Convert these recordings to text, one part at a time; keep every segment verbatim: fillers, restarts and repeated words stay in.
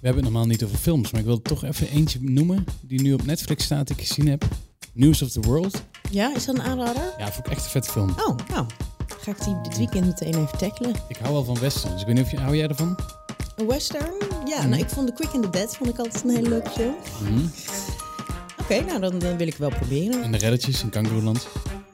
We hebben het normaal niet over films, maar ik wil er toch even eentje noemen die nu op Netflix staat, die ik gezien heb. News of the World. Ja, is dat een aanrader? Ja, vond ik echt een vette film. Oh, nou. Ga ik die dit weekend meteen even tackelen. Ik hou wel van westerns. Ik weet niet of je, hou jij ervan? Een western? Ja, Mm. nou ik vond The Quick and the Dead vond ik altijd een hele leuke film. Mm. Oké, okay, nou dan, dan wil ik wel proberen. En de Reddetjes in Kangarooland.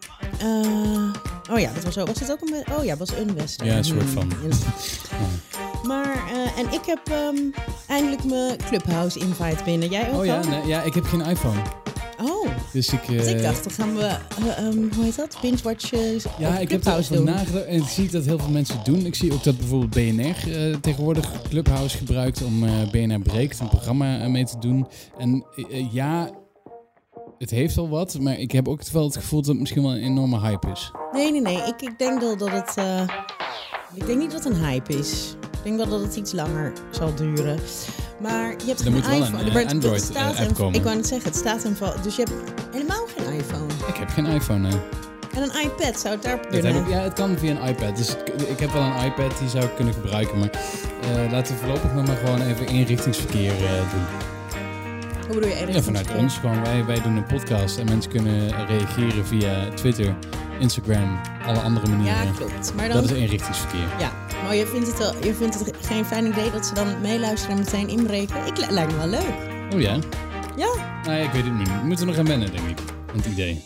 Uh, oh ja, dat was zo. Was het ook een... Oh ja, het was een western. Ja, een soort van. Hmm. Ja. Maar, uh, en ik heb um, eindelijk mijn Clubhouse invite binnen. Jij ook Oh ja, al? nee, ja, ik heb geen iPhone. Oh, dus ik, uh, dus ik dacht, dan gaan we, uh, um, hoe heet dat, binge-watch uh, Ja, ik heb erover nagedacht en ik zie dat heel veel mensen het doen. Ik zie ook dat bijvoorbeeld B N R uh, tegenwoordig Clubhouse gebruikt om uh, B N R Breekt, een programma uh, mee te doen. En uh, ja, het heeft al wat, maar ik heb ook wel het gevoel dat het misschien wel een enorme hype is. Nee, nee, nee. Ik, ik denk wel dat het... Uh, ik denk niet dat het een hype is. Ik denk wel dat het iets langer zal duren. Maar je hebt er een moet wel iPhone. een uh, Android-app komen. Ik wou net zeggen, het staat en valt. Dus je hebt helemaal geen iPhone. Ik heb geen iPhone, nee. En een iPad, zou het daar Dat kunnen? heb ik, ja, het kan via een iPad. Dus ik, ik heb wel een iPad, die zou ik kunnen gebruiken. Maar uh, laten we voorlopig nog maar gewoon even inrichtingsverkeer uh, doen. Hoe bedoel je? Ja, vanuit ons gewoon. Wij, wij doen een podcast en mensen kunnen reageren via Twitter, Instagram, alle andere manieren. Ja, klopt. Maar dan, dat is inrichtingsverkeer. Ja, maar je vindt, het wel, je vindt het geen fijn idee dat ze dan meeluisteren en meteen inbreken? Ik lijkt me wel leuk. Oh ja? Ja. Nee, ik weet het niet. We moeten nog aan wennen, denk ik. Het idee.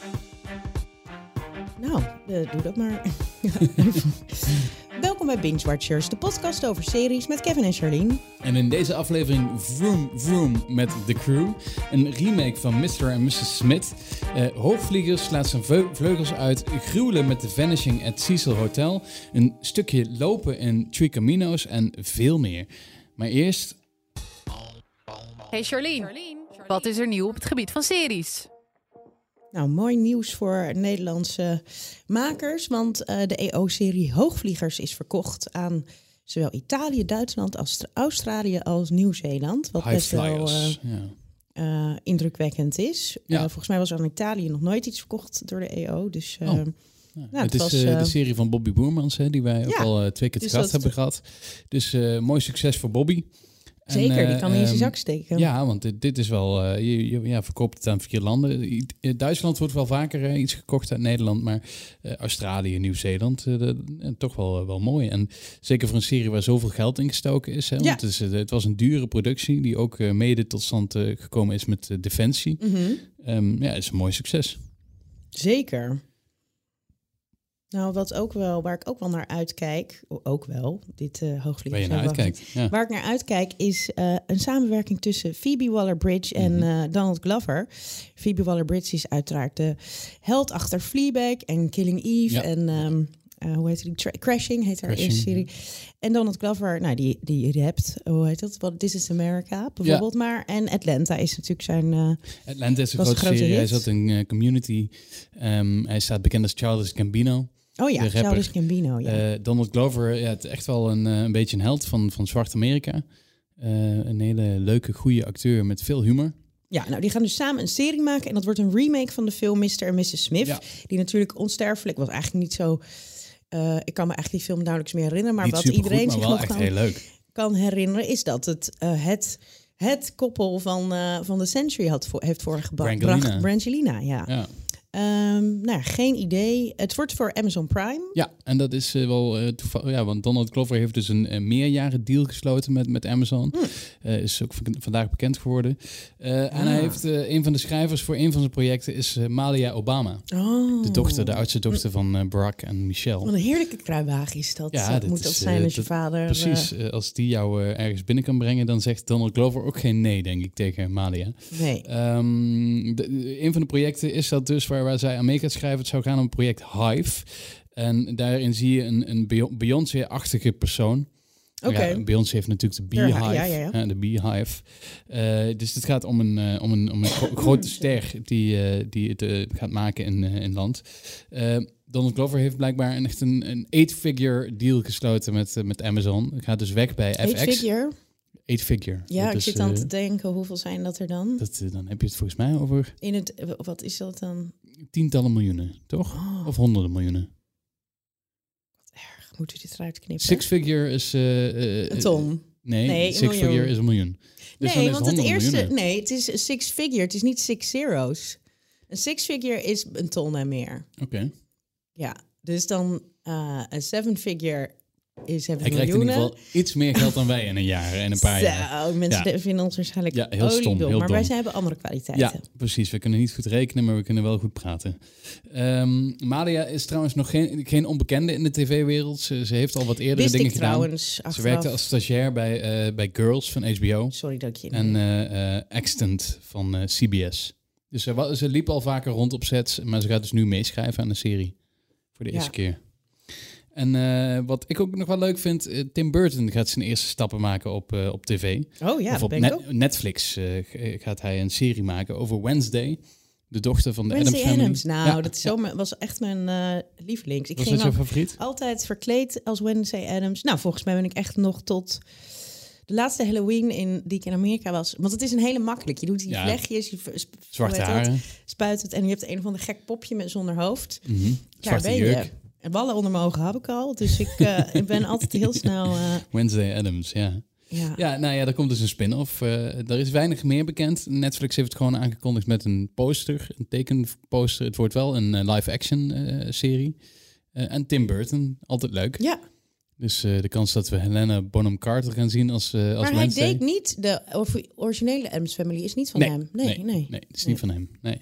Nou, uh, doe dat maar. Welkom bij Binge Watchers, de podcast over series met Kevin en Charlene. En in deze aflevering Vroom Vroom met The Crew. Een remake van mister en missus Smith. Uh, Hoogvliegers slaat zijn vleugels uit. Gruwelen met The Vanishing at Cecil Hotel. Een stukje lopen in Three Caminos en veel meer. Maar eerst... Hey Charlene, Charlene, wat is er nieuw op het gebied van series? Nou, mooi nieuws voor Nederlandse makers, want uh, de E O-serie Hoogvliegers is verkocht aan zowel Italië, Duitsland als Australië als Nieuw-Zeeland. Wat High best wel uh, ja. uh, indrukwekkend is. Ja. Uh, volgens mij was er aan Italië nog nooit iets verkocht door de E O. Dus, uh, oh. ja, nou, het, het is was, uh, uh, de serie van Bobby Boermans, hè, die wij ook ja, al uh, twee keer te dus gast hebben t- gehad. Dus uh, mooi succes voor Bobby. Zeker, en, uh, die kan in um, zijn zak steken. Ja, want dit, dit is wel... Uh, je, je ja, verkoopt het aan vier landen. Duitsland wordt wel vaker uh, iets gekocht uit Nederland, maar uh, Australië, Nieuw-Zeeland, uh, de, uh, toch wel, uh, wel mooi. En zeker voor een serie waar zoveel geld in gestoken is. Hè, want ja. het, is, uh, het was een dure productie die ook uh, mede tot stand uh, gekomen is met uh, Defensie. Mm-hmm. Um, ja, het is een mooi succes. Zeker. Nou, wat ook wel, waar ik ook wel naar uitkijk, ook wel, dit uh, Hoogvliegers. Waar je naar uitkijkt. Ja. Waar ik naar uitkijk is uh, een samenwerking tussen Phoebe Waller-Bridge en uh, Donald Glover. Phoebe Waller-Bridge is uiteraard de held achter Fleabag en Killing Eve Ja. en um, uh, hoe heet die? Tra- Crashing heet haar Crashing, eerste serie. Ja. En Donald Glover, nou die die rapt, hoe heet dat? What, This is America bijvoorbeeld, ja. maar en Atlanta is natuurlijk zijn. Uh, Atlanta is een grote serie. Hit. Hij zat in uh, Community. Um, hij staat bekend als Childish Gambino. Oh ja, Childish Gambino, ja. Uh, Donald Glover, ja, het is echt wel een, uh, een beetje een held van, van Zwart Amerika. Uh, een hele leuke, goede acteur met veel humor. Ja, nou die gaan dus samen een serie maken. En dat wordt een remake van de film mister en missus Smith. Ja. Die natuurlijk onsterfelijk was. Eigenlijk niet zo... Uh, ik kan me eigenlijk die film nauwelijks meer herinneren. Maar niet wat iedereen goed, maar zich wel nog echt kan, heel leuk. kan herinneren... is dat het uh, het, het koppel van, uh, van The Century had voor, heeft voorgebracht. Brangelina. Brangelina, ja. ja. Um, nou, geen idee. Het wordt voor Amazon Prime. Ja, en dat is uh, wel uh, toevallig. Ja, want Donald Glover heeft dus een, een meerjaren deal gesloten met, met Amazon. Mm. Uh, is ook v- vandaag bekend geworden. Uh, ah. En hij heeft uh, een van de schrijvers voor een van zijn projecten is uh, Malia Obama. Oh. De dochter, de oudste dochter van uh, Barack en Michelle. Wat een heerlijke kruiwagen is dat. Ja, dat moet dat is, zijn uh, als je dat, vader... Precies, uh, als die jou uh, ergens binnen kan brengen, dan zegt Donald Glover ook geen nee, denk ik, tegen Malia. Nee. Um, de, de, een van de projecten is dat dus waar, waar zij aan mee gaat schrijven. Het zou gaan om het project Hive. En daarin zie je een, een Beyoncé-achtige persoon. Okay. Ja, Beyoncé heeft natuurlijk de Beehive. Ja, ja, ja. Uh, de Beehive. Uh, dus het gaat om een, uh, om een, om een gro- grote ster die, uh, die het uh, gaat maken in, uh, in land. Uh, Donald Glover heeft blijkbaar een, echt een, een eight-figure deal gesloten met, uh, met Amazon. Het gaat dus weg bij F X. Eight-figure? Eight-figure. Ja, dat ik is, zit aan uh, te denken, hoeveel zijn dat er dan? Dat, uh, dan heb je het volgens mij over... In het, wat is dat dan? Tientallen miljoenen, toch? Oh. Of honderden miljoenen. Wat erg. Moeten we dit eruit knippen? Six figure is... Uh, uh, een ton. Nee, Nee, een six miljoen. figure is een miljoen. Dus dan nee, is want het eerste... miljoenen. Nee, het is een six figure. Het is niet six zeros. Een six figure is een ton en meer. Oké. Okay. Ja, dus dan uh, een seven figure is hebben Hij krijgt in miljoenen. ieder geval iets meer geld dan wij in een jaar en een paar Zo, jaar. mensen Ja. vinden ons waarschijnlijk Ja, heel stom, oliedom, heel maar dom. wij hebben andere kwaliteiten. Ja, precies. We kunnen niet goed rekenen, maar we kunnen wel goed praten. Um, Malia is trouwens nog geen, geen onbekende in de tv-wereld. Ze, ze heeft al wat eerdere Wist dingen ik gedaan. trouwens, Ze achteraf. werkte als stagiair bij, uh, bij Girls van H B O. Sorry dat ik je... En uh, uh, Extant van uh, C B S. Dus ze, ze liep al vaker rond op sets, maar ze gaat dus nu meeschrijven aan de serie. Voor de eerste ja. keer. En uh, wat ik ook nog wel leuk vind, uh, Tim Burton gaat zijn eerste stappen maken op, uh, op tv. Oh ja, of op ben net, ik ook. Netflix uh, gaat hij een serie maken over Wednesday, de dochter van de Wednesday Addams Family. Addams. Nou, ja, dat is zo, ja. was echt mijn uh, lievelings. Ik was ging dat jouw favoriet? Altijd verkleed als Wednesday Addams. Nou, volgens mij ben ik echt nog tot de laatste Halloween in, die ik in Amerika was. Want het is een hele makkelijk. Je doet die ja. vlechtjes, je sp- zwarte haren, spuit het en je hebt een of ander gek popje met zonder hoofd. Mm-hmm. Zwarte ben jurk. Je. En ballen onder mijn ogen heb ik al. Dus ik, uh, ik ben altijd heel snel... Uh... Wednesday Addams, ja. ja. Ja, nou ja, er komt dus een spin-off. Uh, er is weinig meer bekend. Netflix heeft het gewoon aangekondigd met een poster. Een tekenposter. Het wordt wel een uh, live-action uh, serie. Uh, en Tim Burton, altijd leuk. Ja. Dus uh, de kans dat we Helena Bonham Carter gaan zien als, uh, als maar Wednesday. hij deed niet... De originele Addams Family is niet van nee, hem. Nee, nee. nee. Nee, het is niet nee. van hem. Nee.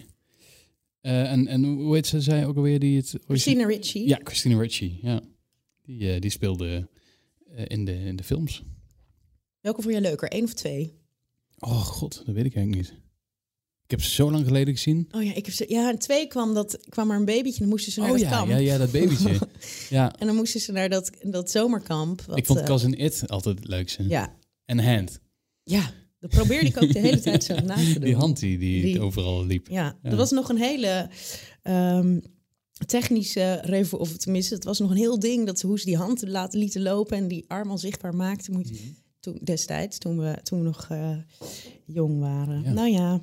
Uh, en, en hoe heet ze, zij ook alweer die het... Christina Ricci. Ja, Christina Ricci, ja. Die, uh, die speelde uh, in, de, in de films. Welke vond je leuker, één of twee? Oh god, dat weet ik eigenlijk niet. Ik heb ze zo lang geleden gezien. Oh ja, ik heb ze, ja, en twee kwam, dat, kwam er een babytje en dan moesten ze naar oh, dat ja, kamp. ja, ja, dat babytje. Ja. En dan moesten ze naar dat, dat zomerkamp. Wat, ik vond uh, Cousin It altijd het leukste. Ja. En Hand. Ja, dat probeerde ik ook de hele tijd zo na te doen. Die hand die, die, die overal liep. Ja, ja, er was nog een hele um, technische, revo- of tenminste, het was nog een heel ding dat ze hoe ze die hand laten lieten lopen en die arm al zichtbaar maakten. Moet, mm-hmm. toen, destijds, toen we, toen we nog uh, jong waren. Ja. Nou ja.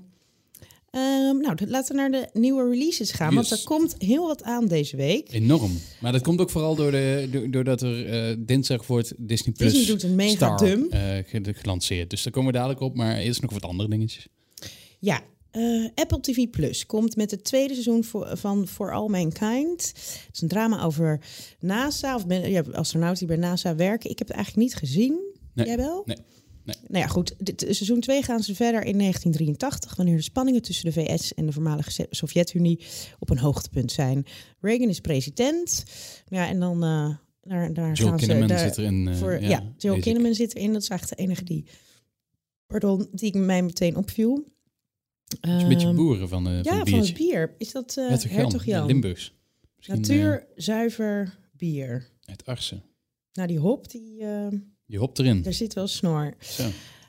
Um, nou, laten we naar de nieuwe releases gaan, yes. want er komt heel wat aan deze week. Enorm. Maar dat komt ook vooral door de, doordat er uh, dinsdag wordt Disney Plus Disney doet een mega Star dump. Uh, gelanceerd. Dus daar komen we dadelijk op, maar eerst nog wat andere dingetjes. Ja, uh, Apple T V Plus komt met het tweede seizoen voor, van For All Mankind. Het is een drama over NASA, of ben, ja, astronauten die bij NASA werken. Ik heb het eigenlijk niet gezien. Nee. Jij wel? Nee. Nee. Nou ja, goed. Dit, seizoen twee gaan ze verder in negentien drieëntachtig... wanneer de spanningen tussen de V S en de voormalige Sovjet-Unie op een hoogtepunt zijn. Reagan is president. Ja, en dan uh, daar, daar Joel gaan Kinnaman ze... Daar, zit erin. Uh, voor, ja, ja, Joel Kinnaman zit erin. Dat is eigenlijk de enige die... Pardon, die mij meteen opviel. Het is een beetje boeren van, uh, ja, van het van het bier. Is dat uh, Hertog Jan? Hertog Jan? Ja, Limburgs. Natuurzuiver bier. Uit Arsen. Nou, die hop, die... Uh, je hopt erin. Daar zit wel snor. Zo.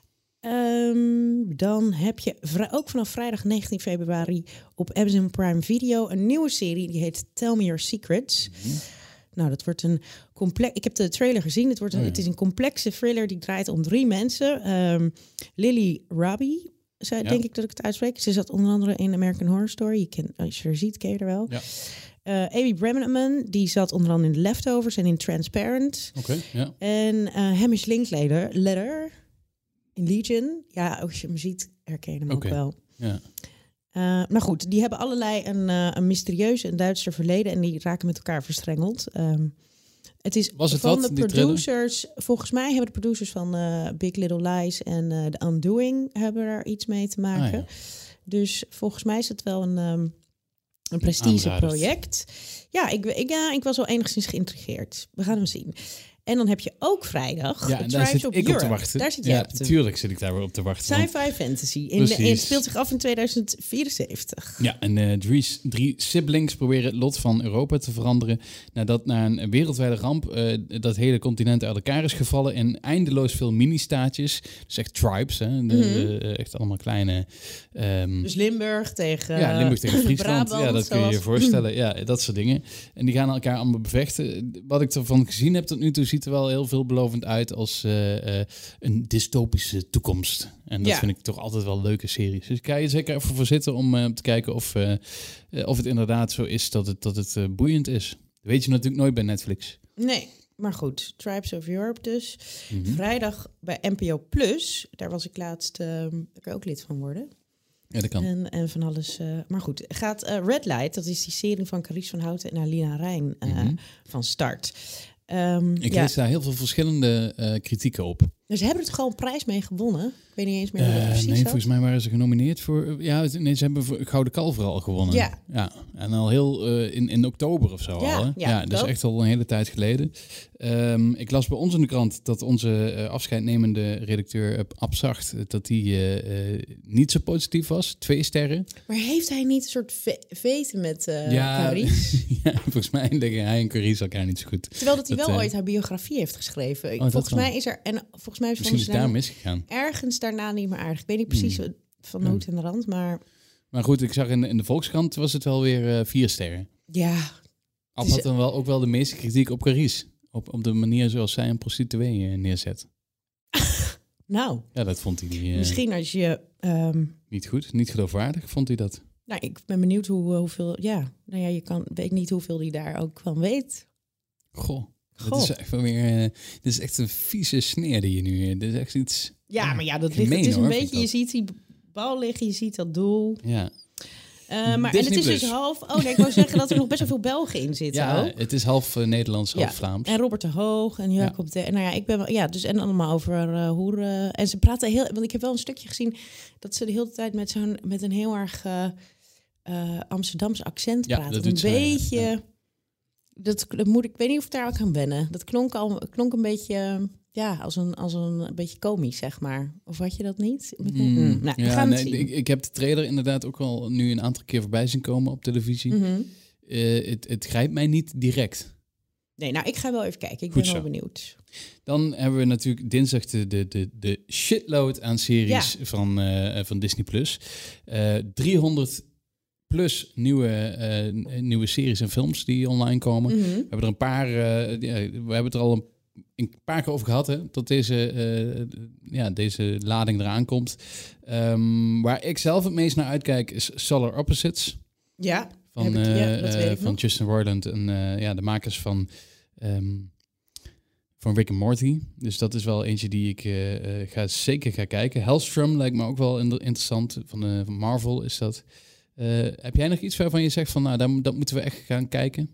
Um, dan heb je vri- ook vanaf vrijdag negentien februari op Amazon Prime Video een nieuwe serie. Die heet Tell Me Your Secrets. Mm-hmm. Nou, dat wordt een complex. Ik heb de trailer gezien. Het, wordt een, oh ja. het is een complexe thriller die draait om drie mensen. Um, Lily Rabi, zei, ja. denk ik dat ik het uitspreek. Ze zat onder andere in American Horror Story. Je ken, als je er ziet, ken je er wel. Ja. Uh, Amy Brenneman, die zat onder andere in The Leftovers en in Transparent. Oké, okay, ja. En uh, Hamish Linklater, Letter in Legion. Ja, als je hem ziet, herken je hem okay. ook wel. Ja. Uh, maar goed, die hebben allerlei een, uh, een mysterieuze en duister verleden en die raken met elkaar verstrengeld. Um, het is Was het van wat, de producers. Volgens mij hebben de producers van uh, Big Little Lies en uh, The Undoing hebben er iets mee te maken. Ah, ja. Dus volgens mij is het wel een, um, een prestigeproject. Ja, ik, ik, ja, ik was wel enigszins geïntrigeerd. We gaan hem zien. En dan heb je ook vrijdag. Ja, en daar zit ik Europe. op te wachten. Daar zit je ja, op te... natuurlijk zit ik daar weer op te wachten. Sci-fi fantasy. In de, het speelt zich af in tweeduizend vierenzeventig. Ja, en uh, drie, drie siblings proberen het lot van Europa te veranderen. Nadat na een wereldwijde ramp uh, dat hele continent uit elkaar is gevallen in eindeloos veel mini-staatjes. Dus echt tribes, hè. De, mm-hmm. de, echt allemaal kleine... Um, dus Limburg tegen Ja, Limburg tegen Friesland. Brabant, ja, dat kun je je voorstellen. Ja, dat soort dingen. En die gaan elkaar allemaal bevechten. Wat ik ervan gezien heb tot nu toe, ziet er wel heel veelbelovend uit als uh, uh, een dystopische toekomst. En dat ja. vind ik toch altijd wel leuke series. Dus ik ga je zeker even voor zitten om uh, te kijken of, uh, uh, of het inderdaad zo is dat het, dat het uh, boeiend is. Dat weet je natuurlijk nooit bij Netflix. Nee, Maar goed, Tribes of Europe dus. Mm-hmm. Vrijdag bij N P O Plus. Daar was ik laatst... Uh, daar kan je ook lid van worden. Ja, dat kan. En, en van alles. Uh, maar goed, gaat uh, Red Light, dat is die serie van Carice van Houten en Alina Rijn uh, mm-hmm. van start. Um, ik ja. lees daar heel veel verschillende uh, kritieken op. Dus ze hebben het gewoon prijs mee gewonnen. Ik weet niet eens meer hoe dat uh, precies Nee, zat. volgens mij waren ze genomineerd voor... Ja, nee, ze hebben voor Gouden Kalver al gewonnen. Ja. ja. En al heel uh, in, in oktober of zo ja, al. Hè? Ja, ja, dus echt al een hele tijd geleden. Um, ik las bij ons in de krant dat onze uh, afscheidnemende redacteur uh, Abzacht... dat die uh, uh, niet zo positief was. Twee sterren. Maar heeft hij niet een soort ve- veten met uh, ja, Carice? ja, volgens mij liggen hij en Carice elkaar niet zo goed. Terwijl dat hij dat, wel uh, ooit haar biografie heeft geschreven. Oh, volgens mij is er... En volgens mij is Misschien is het daar misgegaan. Ergens daarna niet meer aardig. Ik weet niet precies hmm. van noot en rand, maar... Maar goed, ik zag in, in de Volkskrant was het wel weer uh, vier sterren. Ja. Ab had dan wel ook wel de meeste kritiek op Carice. Op, op de manier zoals zij een prostituee uh, neerzet. Nou. Ja, dat vond hij uh, misschien als je... Um, niet goed, niet geloofwaardig vond hij dat. Nou, ik ben benieuwd hoe, hoeveel... Ja, nou ja, je kan, weet niet hoeveel hij daar ook van weet. Goh. Goh. Dat is echt wel weer... Uh, dit is echt een vieze sneer die je nu... Dit is echt iets... Ja, maar ja, dat ligt... Het is een hoor, beetje... Je ziet die bal liggen, je ziet dat doel. Ja. Uh, maar en het is dus half... Oh nee, ik wou zeggen dat er nog best wel veel Belgen in zitten. Ja, ook. Het is half uh, Nederlands, half ja. Vlaams. En Robert de Hoog en Jacob ja. de... Nou ja, ik ben wel... Ja, dus en allemaal over uh, hoeren. En ze praten heel... Want ik heb wel een stukje gezien dat ze de hele tijd met zo'n... Met een heel erg uh, uh, Amsterdamse accent ja, praten. Dat een doet beetje... Zij, ja. dat, dat moet ik... Ik weet niet of ik daar ook aan wennen. Dat klonk al klonk een beetje... Ja, als een, als een, een beetje komisch, zeg maar. Of had je dat niet? Mm, mm. Nou, we ja, gaan nee, het zien. Ik, ik heb de trailer inderdaad ook al nu een aantal keer voorbij zien komen op televisie. Mm-hmm. Uh, het, het grijpt mij niet direct. Nee, nou, ik ga wel even kijken. Ik Goed ben zo. wel benieuwd. Dan hebben we natuurlijk dinsdag de, de, de, de shitload aan series ja. van, uh, van Disney Plus. Uh, driehonderd plus nieuwe, uh, nieuwe series en films die online komen. Mm-hmm. We hebben er een paar... Uh, ja, we hebben het er al een een paar keer over gehad, hè, tot deze, uh, ja, deze lading eraan komt. Um, waar ik zelf het meest naar uitkijk is Solar Opposites. Ja, van, ik, uh, ja dat weet ik van nog. Justin Roiland en uh, ja, de makers van, um, van Rick and Morty. Dus dat is wel eentje die ik uh, uh, ga, zeker ga kijken. Hellstrom lijkt me ook wel interessant. Van, uh, van Marvel is dat. Uh, heb jij nog iets waarvan je zegt van, nou, dat, dat moeten we echt gaan kijken?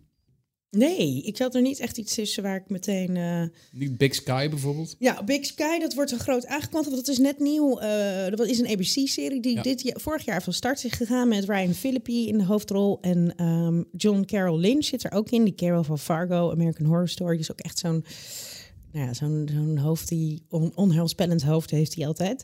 Nee, ik had er niet echt iets tussen waar ik meteen... Uh... Niet Big Sky bijvoorbeeld? Ja, Big Sky, dat wordt een groot aangekondigd. Want dat is net nieuw. Uh, dat is een A B C-serie die ja. dit jaar, vorig jaar van start is gegaan... met Ryan Phillippe in de hoofdrol. En um, John Carroll Lynch zit er ook in. Die Carol van Fargo, American Horror Story. is ook echt zo'n, nou ja, zo'n, zo'n hoofd die... On, onheilspellend hoofd heeft hij altijd.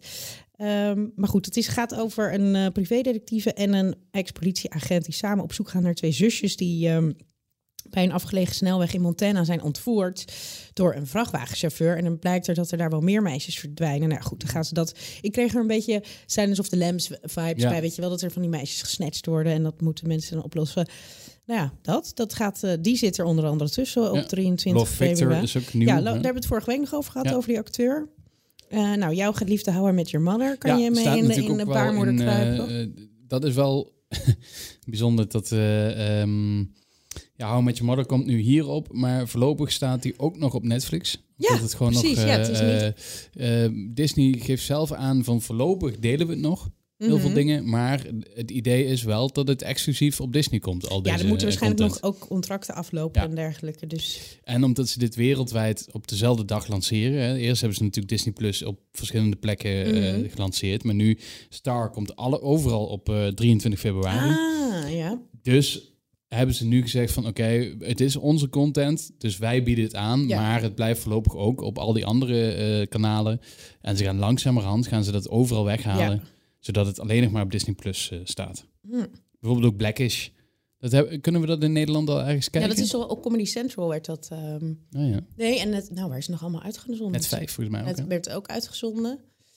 Um, maar goed, het is, gaat over een uh, privédetectieve en een ex-politieagent... die samen op zoek gaan naar twee zusjes die... Um, bij een afgelegen snelweg in Montana zijn ontvoerd door een vrachtwagenchauffeur. En dan blijkt er dat er daar wel meer meisjes verdwijnen. Nou goed, dan gaan ze dat... Ik kreeg er een beetje Silence of the Lambs vibes ja. bij. Weet je wel, dat er van die meisjes gesnatcht worden. En dat moeten mensen dan oplossen. Nou ja, dat. dat gaat, uh, die zit er onder andere tussen op ja. drieëntwintig februari. Love Victor is ook nieuw. Ja, lo- daar hebben we het vorige week nog over gehad, ja. over die acteur. Uh, nou, jouw geliefde How I Met Your Mother. Kan ja, je mee in de, in de baarmoeder kruipen? Uh, dat is wel bijzonder dat... Uh, um, Ja, How I Met Your Mother komt nu hierop, maar voorlopig staat die ook nog op Netflix. Ja, het gewoon precies. Nog, uh, ja, het is niet... uh, uh, Disney geeft zelf aan van voorlopig delen we het nog. Heel mm-hmm. veel dingen, maar het idee is wel dat het exclusief op Disney komt. Al deze ja, er moeten waarschijnlijk content. nog ook contracten aflopen ja. en dergelijke. Dus. En omdat ze dit wereldwijd op dezelfde dag lanceren. Hè, eerst hebben ze natuurlijk Disney Plus op verschillende plekken mm-hmm. uh, gelanceerd. Maar nu Star komt alle, overal op uh, drieëntwintig februari. Ah, ja. Dus... hebben ze nu gezegd van oké, okay, het is onze content, dus wij bieden het aan, ja. maar het blijft voorlopig ook op al die andere uh, kanalen. En ze gaan langzamerhand, gaan ze dat overal weghalen, ja. zodat het alleen nog maar op Disney Plus uh, staat. Hm. Bijvoorbeeld ook Blackish. Dat heb, kunnen we dat in Nederland al ergens kijken? Ja, dat is al op Comedy Central werd dat... Um... Oh, ja. Nee, en het, nou, waar is het nog allemaal uitgezonden? Net vijf volgens mij ook. Het hè? werd ook uitgezonden.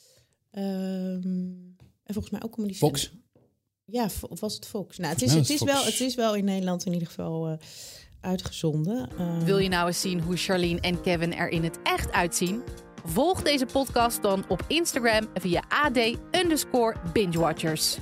Um, en volgens mij ook Comedy Fox. Central. Ja, of was het Fox? Nou, het is, nou, het, is wel, het is wel in Nederland in ieder geval uh, uitgezonden. Uh... Wil je nou eens zien hoe Charlene en Kevin er in het echt uitzien? Volg deze podcast dan op Instagram via A D underscore bingewatchers.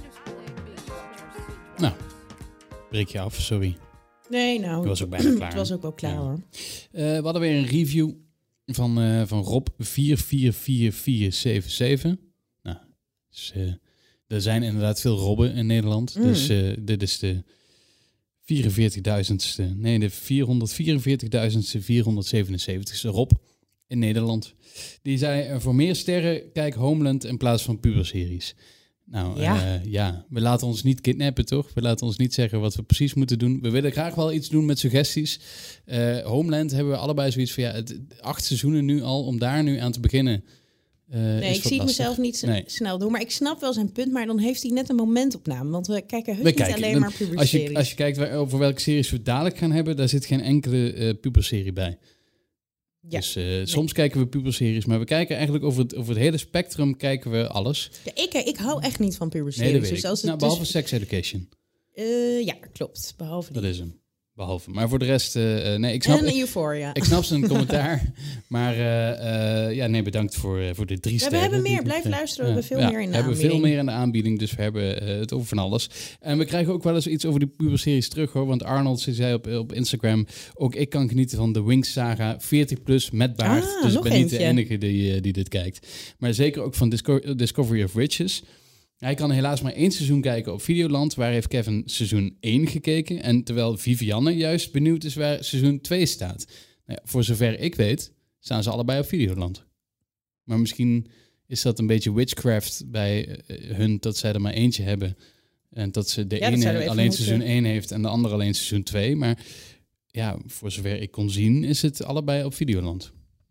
Nou, breek je af, sorry. Nee, nou, het was ook bijna klaar. Het was ook wel klaar, ja. hoor. we hadden weer een review van, uh, van Rob vier vier vier vier zeven zeven. Nou, dus, uh, er zijn inderdaad veel Robben in Nederland. Mm. Dus uh, dit is de vierenveertigduizendste, nee, de vierhonderdvierenveertigduizendste vierhonderdzevenenzeventigste Rob in Nederland. Die zei, uh, voor meer sterren, kijk Homeland in plaats van puberseries. Nou, ja. Uh, ja, we laten ons niet kidnappen, toch? We laten ons niet zeggen wat we precies moeten doen. We willen graag wel iets doen met suggesties. Uh, Homeland hebben we allebei zoiets van, ja, het, acht seizoenen nu al, om daar nu aan te beginnen. Uh, nee, ik zie het mezelf niet nee. snel doen, maar ik snap wel zijn punt, maar dan heeft hij net een momentopname, want we kijken heus we niet kijken, alleen dan, maar puberseries. Als je, als je kijkt waar, over welke series we dadelijk gaan hebben, daar zit geen enkele uh, puberserie bij. Ja. Dus uh, nee. soms kijken we puberseries, maar we kijken eigenlijk over het, over het hele spectrum kijken we alles. Ja, ik, ik hou echt niet van puberseries. Nee, dat weet dus als ik. het Nou, behalve dus... Sex Education. Uh, ja, klopt. Behalve die. Dat is hem. Behalve. Maar voor de rest, uh, nee, ik snap... En Euphoria. Ik snap zijn commentaar. Maar uh, uh, ja, nee, bedankt voor, uh, voor de drie sterren. We hebben meer. Blijf luisteren. We hebben veel ja, meer in de we hebben aanbieding. veel meer in de aanbieding, dus we hebben uh, het over van alles. En we krijgen ook wel eens iets over die puberseries terug, hoor. Want Arnold zei op, op Instagram, ook ik kan genieten van de Wings saga, veertig plus met baard. Ah, dus ik ben niet eentje. de enige die, uh, die dit kijkt. Maar zeker ook van Disco- Discovery of Riches. Hij kan helaas maar één seizoen kijken op Videoland. Waar heeft Kevin seizoen één gekeken. En terwijl Vivianne juist benieuwd is waar seizoen twee staat. Nou ja, voor zover ik weet, staan ze allebei op Videoland. Maar misschien is dat een beetje witchcraft bij uh, hun, dat zij er maar eentje hebben. En dat ze de ja, ene alleen moeten. seizoen één heeft en de andere alleen seizoen twee. Maar ja, voor zover ik kon zien, is het allebei op Videoland.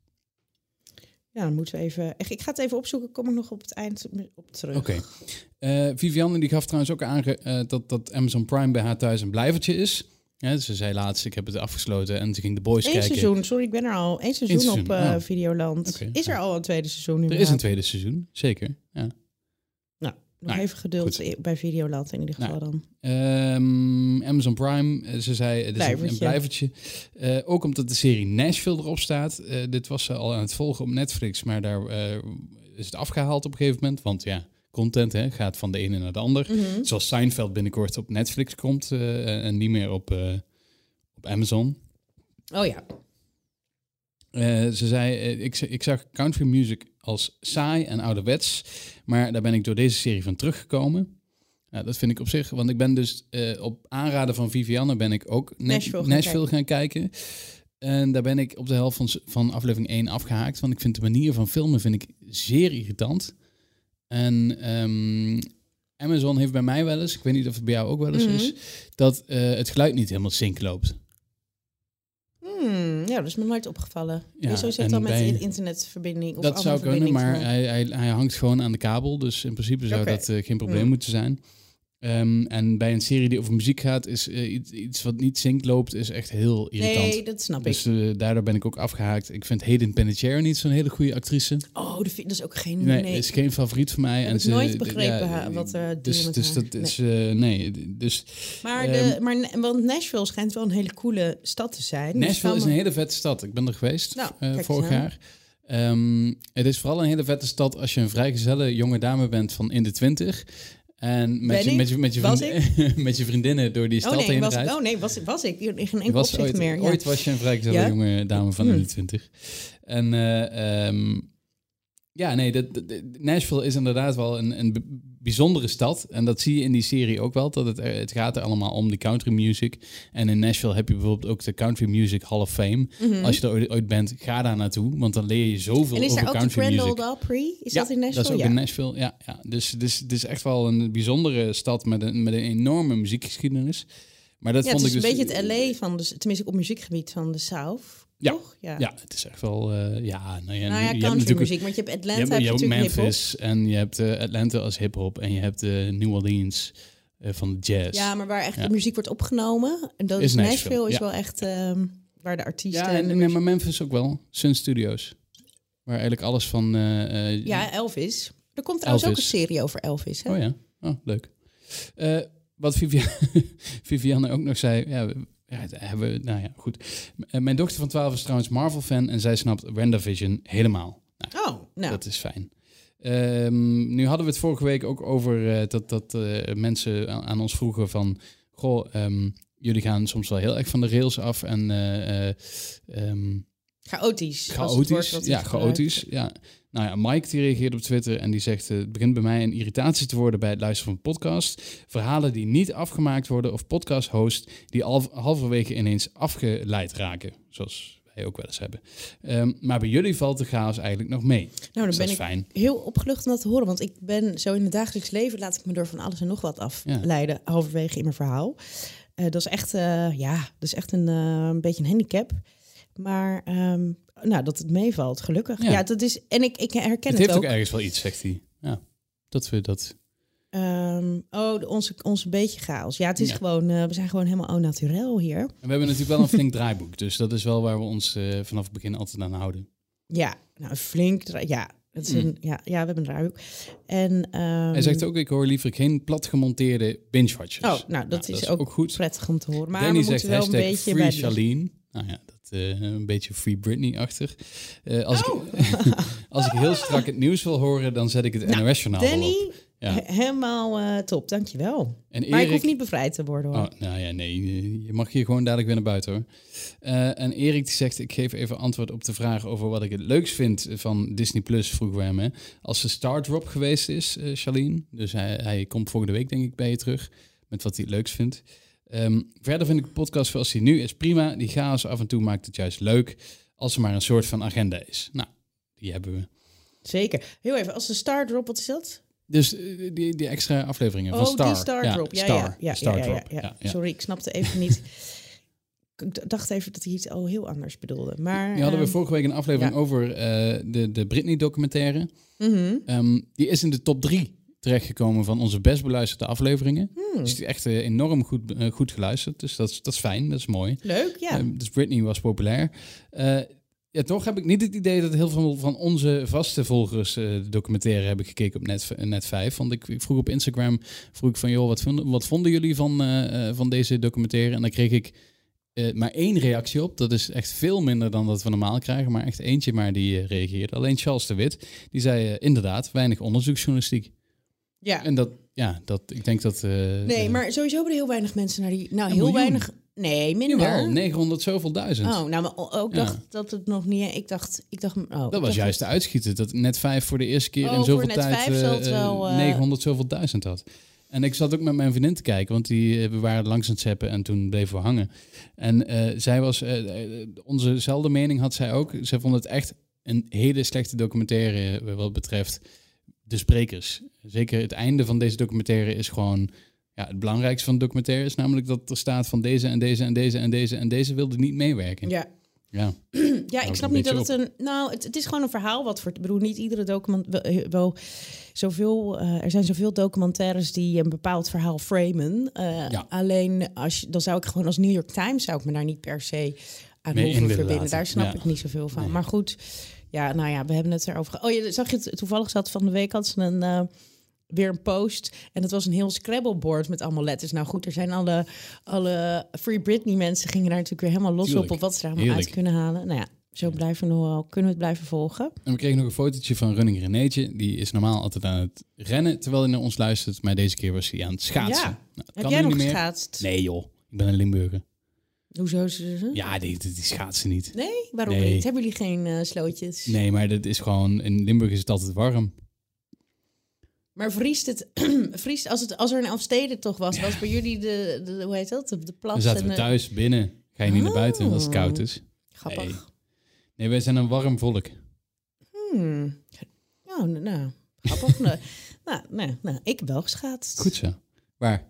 Ja, dan moeten we even... Ik ga het even opzoeken, kom ik nog op het eind op terug. Oké. Okay. Uh, Vivianne die gaf trouwens ook aan uh, dat, dat Amazon Prime bij haar thuis een blijvertje is. Ja, ze zei laatst, ik heb het afgesloten en ze ging de Boys Eén kijken. Eén seizoen, sorry, ik ben er al. Eén seizoen, seizoen op uh, oh. Videoland. Okay. Is er al een tweede seizoen? Er is een tweede seizoen, zeker. Ja. Nou, nog nou, even geduld goed. bij Videoland in ieder geval nou, dan. Um, Amazon Prime, ze zei, het is een, een blijvertje. Uh, ook omdat de serie Nashville erop staat. Uh, dit was ze al aan het volgen op Netflix, maar daar uh, is het afgehaald op een gegeven moment. Want ja, content hè, gaat van de ene naar de ander. Mm-hmm. Zoals Seinfeld binnenkort op Netflix komt uh, en niet meer op, uh, op Amazon. Oh ja. Uh, ze zei, uh, ik, ik zag country music als saai en ouderwets, maar daar ben ik door deze serie van teruggekomen. Ja, dat vind ik op zich, want ik ben dus uh, op aanraden van Vivianne ben ik ook Nashville, Nashville gaan kijken. En daar ben ik op de helft van, van aflevering één afgehaakt, want ik vind de manier van filmen vind ik zeer irritant. En um, Amazon heeft bij mij wel eens, ik weet niet of het bij jou ook wel eens mm-hmm. is, dat uh, het geluid niet helemaal sync loopt. Hmm, ja, dat is me nooit opgevallen. Ja, zo zit dan met bij, internetverbinding. Of dat zou kunnen, maar hij, hij, hij hangt gewoon aan de kabel. Dus in principe zou okay. dat uh, geen probleem mm. moeten zijn. Um, en bij een serie die over muziek gaat, is uh, iets, iets wat niet sync loopt, is echt heel irritant. Nee, dat snap dus, ik. Dus uh, daardoor ben ik ook afgehaakt. Ik vind Hayden Panettiere niet zo'n hele goede actrice. Oh, dat is ook geen... Nee, nee. is geen favoriet van mij. Ik heb en ze, nooit begrepen ja, wat uh, dus, met dus haar. dat is... Nee. Uh, nee dus, maar, um, de, maar want Nashville schijnt wel een hele coole stad te zijn. Nashville is een hele vette stad. Ik ben er geweest nou, uh, vorig jaar. Um, het is vooral een hele vette stad als je een vrijgezelle jonge dame bent van in de twintig... En met je, met, je, met, je vriend, met je vriendinnen door die stad oh, nee, heen was, rijdt. Oh nee, was, was ik. In geen enkel opzicht ooit, meer. Ja. Ooit was je een vrijgezelle ja? jonge dame van hmm. in de twintig. En uh, um, ja, nee, de, de, de Nashville is inderdaad wel een, een bijzondere stad. En dat zie je in die serie ook wel. Dat het, het gaat er allemaal om die country music. En in Nashville heb je bijvoorbeeld ook de Country Music Hall of Fame. Mm-hmm. Als je er ooit, ooit bent, ga daar naartoe. Want dan leer je zoveel over country music. En is er ook de Grand Ole Opry? Is ja, dat in Nashville? dat is ook ja. in Nashville, ja. ja. Dus het is, het is echt wel een bijzondere stad met een, met een enorme muziekgeschiedenis. Maar dat ja, vond het ik is dus een beetje het L A van, de, tenminste op muziekgebied van de South. Ja, toch? Ja. ja, het is echt wel... Uh, ja, nou ja, nou ja, je country hebt muziek, want je hebt Atlanta, je hebt, je heb hebt je Memphis en je hebt uh, Atlanta als hip-hop en je hebt uh, New Orleans uh, van de jazz. Ja, maar waar echt ja. de muziek wordt opgenomen. En dat is Nashville, Nashville is ja. wel echt um, waar de artiesten... Ja, en, en, nee, maar Memphis ook wel. Sun Studios. Waar eigenlijk alles van... Uh, uh, ja, Elvis. Er komt trouwens Elvis. ook een serie over Elvis. Hè? Oh ja, oh, leuk. Uh, wat Vivian, Vivianne ook nog zei... Ja, Ja, hebben we, nou ja, goed. Uh, mijn dochter van twaalf is trouwens Marvel-fan en zij snapt WandaVision helemaal. Nou, oh, nou. Dat is fijn. Um, nu hadden we het vorige week ook over uh, dat, dat uh, mensen aan, aan ons vroegen van... Goh, um, jullie gaan soms wel heel erg van de rails af en... Uh, uh, um, chaotisch. Chaotisch, ja, chaotisch. Ja. Nou ja, Mike die reageert op Twitter en die zegt... Uh, het begint bij mij een irritatie te worden bij het luisteren van podcast. Verhalen die niet afgemaakt worden of podcast-hosts... die al, halverwege ineens afgeleid raken. Zoals wij ook wel eens hebben. Um, maar bij jullie valt de chaos eigenlijk nog mee. Nou, dan dus ben dat ik is fijn. heel opgelucht om dat te horen. Want ik ben zo in het dagelijks leven... laat ik me door van alles en nog wat afleiden... Ja. halverwege in mijn verhaal. Uh, dat is echt, uh, ja, dat is echt een, uh, een beetje een handicap. Maar... Um, Nou, dat het meevalt, gelukkig. Ja, ja dat is, en ik, ik herken het, het heeft ook. ook ergens wel iets, zegt hij. Ja, dat we dat... Um, oh, de, onze, onze beetje chaos. Ja, het is ja. gewoon... Uh, we zijn gewoon helemaal au naturel hier. En we hebben natuurlijk wel een flink draaiboek. Dus dat is wel waar we ons uh, vanaf het begin altijd aan houden. Ja, nou, flink... Dra- ja, het is mm. een, ja, ja, we hebben een draaiboek. En, um, Hij zegt ook, ik hoor liever geen platgemonteerde binge-watchers. Oh, nou, dat, nou, is, dat is ook, ook goed. Prettig om te horen. Maar Danny we zegt moeten wel een beetje free bij Charlene. Nou ja, dat uh, een beetje Free Britney-achtig. Uh, als, oh. ik, als ik heel strak het nieuws wil horen, dan zet ik het nou, N O S-journaal Danny, op. Ja. He- helemaal uh, top, dankjewel. En Erik, maar ik hoef niet bevrijd te worden, hoor. Oh, nou ja, nee, je mag hier gewoon dadelijk weer naar buiten, hoor. Uh, en Erik die zegt, ik geef even antwoord op de vraag over wat ik het leukst vind van Disney Plus, vroegen we hem. Hè. Als de Stardrop geweest is, uh, Charlene, dus hij, hij komt volgende week denk ik bij je terug, met wat hij het leukst vindt. Um, verder vind ik de podcast zoals die nu is prima. Die chaos af en toe maakt het juist leuk, als er maar een soort van agenda is. Nou, die hebben we. Zeker. Heel even, als de Stardrop, wat is dat? Dus uh, die, die extra afleveringen oh, van Star. Oh, die Stardrop. Ja, ja, ja, Star. ja, Star ja, ja, Drop. ja, ja. Ja, ja. Sorry, ik snapte even niet. Ik dacht even dat hij iets al heel anders bedoelde. Maar, die hadden we um, vorige week een aflevering ja. over uh, de, de Britney-documentaire. Mm-hmm. Um, die is in de top drie terechtgekomen van onze best beluisterde afleveringen. Hmm. Dus die is echt uh, enorm goed, uh, goed geluisterd. Dus dat is, dat is fijn, dat is mooi. Leuk, ja. Uh, dus Britney was populair. Uh, ja, toch heb ik niet het idee dat heel veel van onze vaste volgers uh, de documentaire hebben gekeken op Net, Net vijf. Want ik, ik vroeg op Instagram, vroeg ik van, joh, wat vonden, wat vonden jullie van, uh, van deze documentaire? En dan kreeg ik uh, maar één reactie op. Dat is echt veel minder dan dat we normaal krijgen. Maar echt eentje maar die uh, reageerde. Alleen Charles de Wit, die zei uh, inderdaad, weinig onderzoeksjournalistiek. Ja. En dat, ja, dat, ik denk dat... Uh, nee, uh, maar sowieso hebben er heel weinig mensen naar die... Nou, heel miljoen. weinig... Nee, minder. Jawel, negenhonderd zoveel duizend. Oh, nou, maar ook ja. dacht dat het nog niet... Ik dacht... Ik dacht oh, dat was juist de uitschieten. Dat Net vijf voor de eerste keer oh, in zoveel tijd uh, wel, uh... negenhonderd zoveel duizend had. En ik zat ook met mijn vriendin te kijken, want die, we waren langs aan het zappen en toen bleven we hangen. En uh, zij was... Uh, onzezelfde mening had zij ook. Zij vond het echt een hele slechte documentaire wat betreft de sprekers. Zeker het einde van deze documentaire is gewoon... Ja, het belangrijkste van de documentaire is namelijk dat er staat van deze en deze en deze en deze en deze wilde niet meewerken. Ja. Ja, ja ik snap niet dat het een... Nou, het, het is gewoon een verhaal wat voor... Ik bedoel, niet iedere document... Wel, wel zoveel... Uh, er zijn zoveel documentaires die een bepaald verhaal framen. Uh, ja. Alleen, als je, dan zou ik gewoon als New York Times... zou ik me daar niet per se aan nee, hoeven verbinden. Laten. Daar snap ja. ik niet zoveel van. Nee. Maar goed, ja, nou ja, we hebben het erover... Oh, je zag je het toevallig zat van de week had ze een... Uh, weer een post. En dat was een heel Scrabble-board met allemaal letters. Nou goed, er zijn alle, alle Free Britney mensen gingen daar natuurlijk weer helemaal los Tuurlijk. op... op wat ze er allemaal Heerlijk. uit kunnen halen. Nou ja, zo blijven we nog wel, kunnen we het blijven volgen. En we kregen nog een fotootje van Running Renéetje. Die is normaal altijd aan het rennen terwijl hij naar ons luistert. Maar deze keer was hij aan het schaatsen. Ja. Nou, Heb jij nog geschaatst? Nee joh, ik ben een Limburger. Hoezo is het? Ja, die, die, die schaatsen niet. Nee? Waarom nee. niet? Hebben jullie geen uh, slootjes? Nee, maar dat is gewoon... In Limburg is het altijd warm. Maar vriest het, vriest, als, het, als er een Elfsteden toch was, ja. was bij jullie de, de, hoe heet dat, de, de plas? Dan zaten en we de... thuis binnen. Ga je niet oh. naar buiten als het koud is. Grappig. Nee, nee wij zijn een warm volk. Hmm. Oh, nou, nou grappig. nou, nou, nou, nou, ik heb wel geschaatst. Goed zo. Waar?